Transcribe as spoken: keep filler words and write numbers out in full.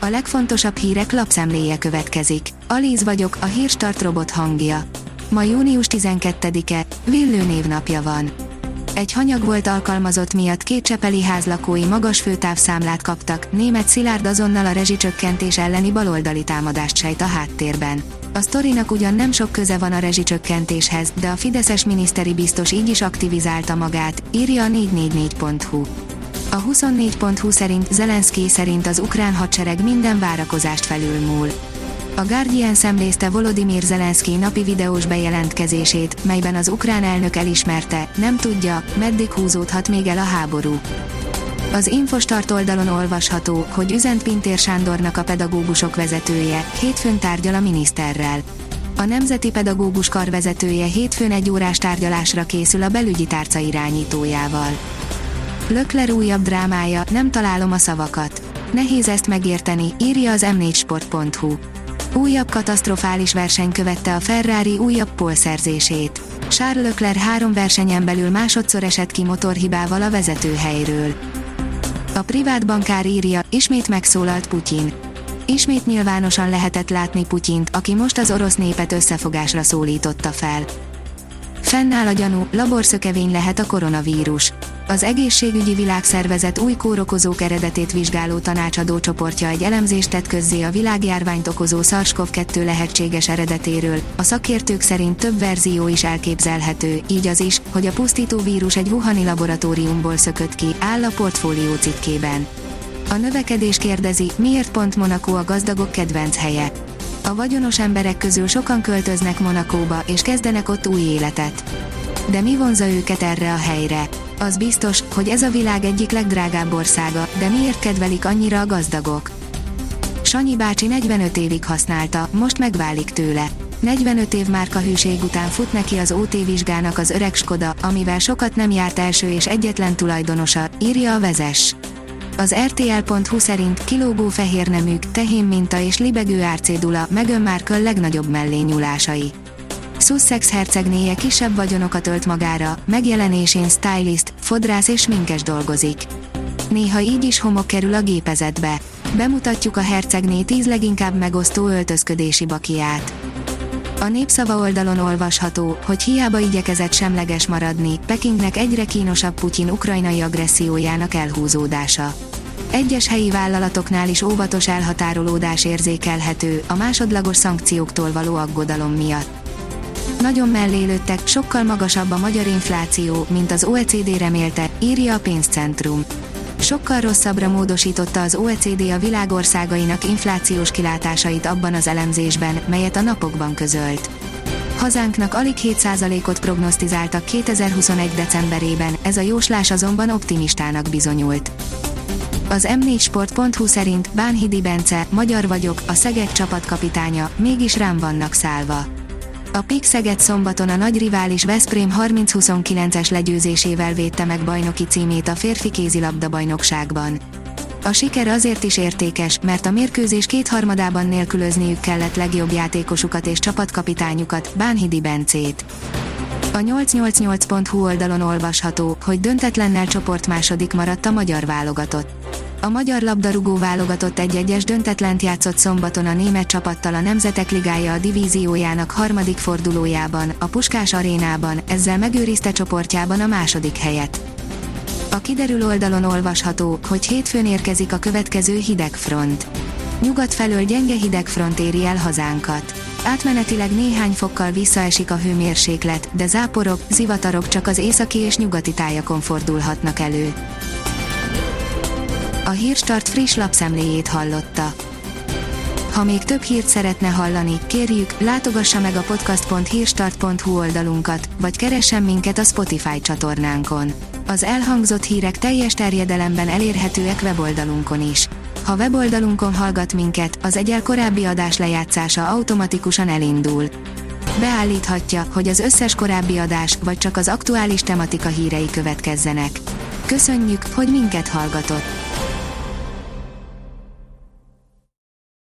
A legfontosabb hírek lapszemléje következik. Alíz vagyok, a Hírstart robot hangja. Ma június tizenkettedike, Villő névnapja van. Egy hanyagvolt alkalmazott miatt két csepeli házlakói magas főtávszámlát kaptak, Németh Szilárd azonnal a rezsicsökkentés elleni baloldali támadást sejt a háttérben. A sztorinak ugyan nem sok köze van a rezsicsökkentéshez, de a fideszes miniszteri biztos így is aktivizálta magát, írja a négy négy négy pont hu. A huszonnégy pont hu szerint Zelenszkij szerint az ukrán hadsereg minden várakozást felülmúl. A Guardian szemlézte Volodymyr Zelenszkij napi videós bejelentkezését, melyben az ukrán elnök elismerte, nem tudja, meddig húzódhat még el a háború. Az Infostart oldalon olvasható, hogy üzent Pintér Sándornak a pedagógusok vezetője, hétfőn tárgyal a miniszterrel. A Nemzeti Pedagógus Kar vezetője hétfőn egy órás tárgyalásra készül a belügyi tárca irányítójával. Lökler újabb drámája, nem találom a szavakat. Nehéz ezt megérteni, írja az em négy sport pont hu. Újabb katasztrofális verseny követte a Ferrari újabb pólszerzését. Charles Leclerc három versenyen belül másodszor esett ki motorhibával a vezetőhelyről. A privát bankár írja, ismét megszólalt Putyin. Ismét nyilvánosan lehetett látni Putyint, aki most az orosz népet összefogásra szólította fel. Fennáll a gyanú, laborszökevény lehet a koronavírus. Az Egészségügyi Világszervezet új kórokozók eredetét vizsgáló tanácsadó csoportja egy elemzést tett közzé a világjárványt okozó SARS-kov kettő lehetséges eredetéről. A szakértők szerint több verzió is elképzelhető, így az is, hogy a pusztító vírus egy wuhani laboratóriumból szökött ki, áll a Portfólió cikkében. A növekedés kérdezi, miért pont Monaco a gazdagok kedvenc helye. A vagyonos emberek közül sokan költöznek Monacóba és kezdenek ott új életet. De mi vonza őket erre a helyre? Az biztos, hogy ez a világ egyik legdrágább országa, de miért kedvelik annyira a gazdagok? Sanyi bácsi negyvenöt évig használta, most megválik tőle. negyvenöt év márkahűség után fut neki az ó té vizsgának az öreg Skoda, amivel sokat nem járt első és egyetlen tulajdonosa, írja a Vezess. Az er té el pont hu szerint kilógó fehérneműk, tehén minta és libegő árcédula, Meghan Markle legnagyobb mellényúlásai. Sussex hercegnéje kisebb vagyonokat ölt magára, megjelenésén stylist, fodrász és sminkes dolgozik. Néha így is homok kerül a gépezetbe. Bemutatjuk a hercegné tíz leginkább megosztó öltözködési bakiát. A Népszava oldalon olvasható, hogy hiába igyekezett semleges maradni, Pekingnek egyre kínosabb Putyin ukrajnai agressziójának elhúzódása. Egyes helyi vállalatoknál is óvatos elhatárolódás érzékelhető, a másodlagos szankcióktól való aggodalom miatt. Nagyon mellélődtek, sokkal magasabb a magyar infláció, mint az o e cé dé remélte, írja a Pénzcentrum. Sokkal rosszabbra módosította az o e cé dé a világországainak inflációs kilátásait abban az elemzésben, melyet a napokban közölt. Hazánknak alig hét százalékot prognosztizáltak kétezer-huszonegy decemberében, ez a jóslás azonban optimistának bizonyult. Az em négy sport pont hu szerint Bánhidi Bence, magyar vagyok, a Szeged csapatkapitánya, mégis rám vannak szállva. A PIK Szeged szombaton a nagy rivális Veszprém harminc huszonkilences legyőzésével védte meg bajnoki címét a férfi kézilabda bajnokságban. A siker azért is értékes, mert a mérkőzés kétharmadában nélkülözniük kellett legjobb játékosukat és csapatkapitányukat, Bánhidi Bencét. A nyolcszáznyolcvannyolc pont hu oldalon olvasható, hogy döntetlennel csoportmásodik maradt a magyar válogatott. A magyar labdarúgó válogatott egy-egyes döntetlent játszott szombaton a német csapattal a Nemzetek Ligája a divíziójának harmadik fordulójában, a Puskás arénában, ezzel megőrizte csoportjában a második helyet. A kiderül oldalon olvasható, hogy hétfőn érkezik a következő hidegfront. Nyugat felől gyenge hidegfront éri el hazánkat. Átmenetileg néhány fokkal visszaesik a hőmérséklet, de záporok, zivatarok csak az északi és nyugati tájakon fordulhatnak elő. A Hírstart friss lapszemléjét hallotta. Ha még több hírt szeretne hallani, kérjük, látogassa meg a podcast pont hírstart pont hu oldalunkat, vagy keressen minket a Spotify csatornánkon. Az elhangzott hírek teljes terjedelemben elérhetőek weboldalunkon is. Ha weboldalunkon hallgat minket, az egyel korábbi adás lejátszása automatikusan elindul. Beállíthatja, hogy az összes korábbi adás, vagy csak az aktuális tematika hírei következzenek. Köszönjük, hogy minket hallgatott!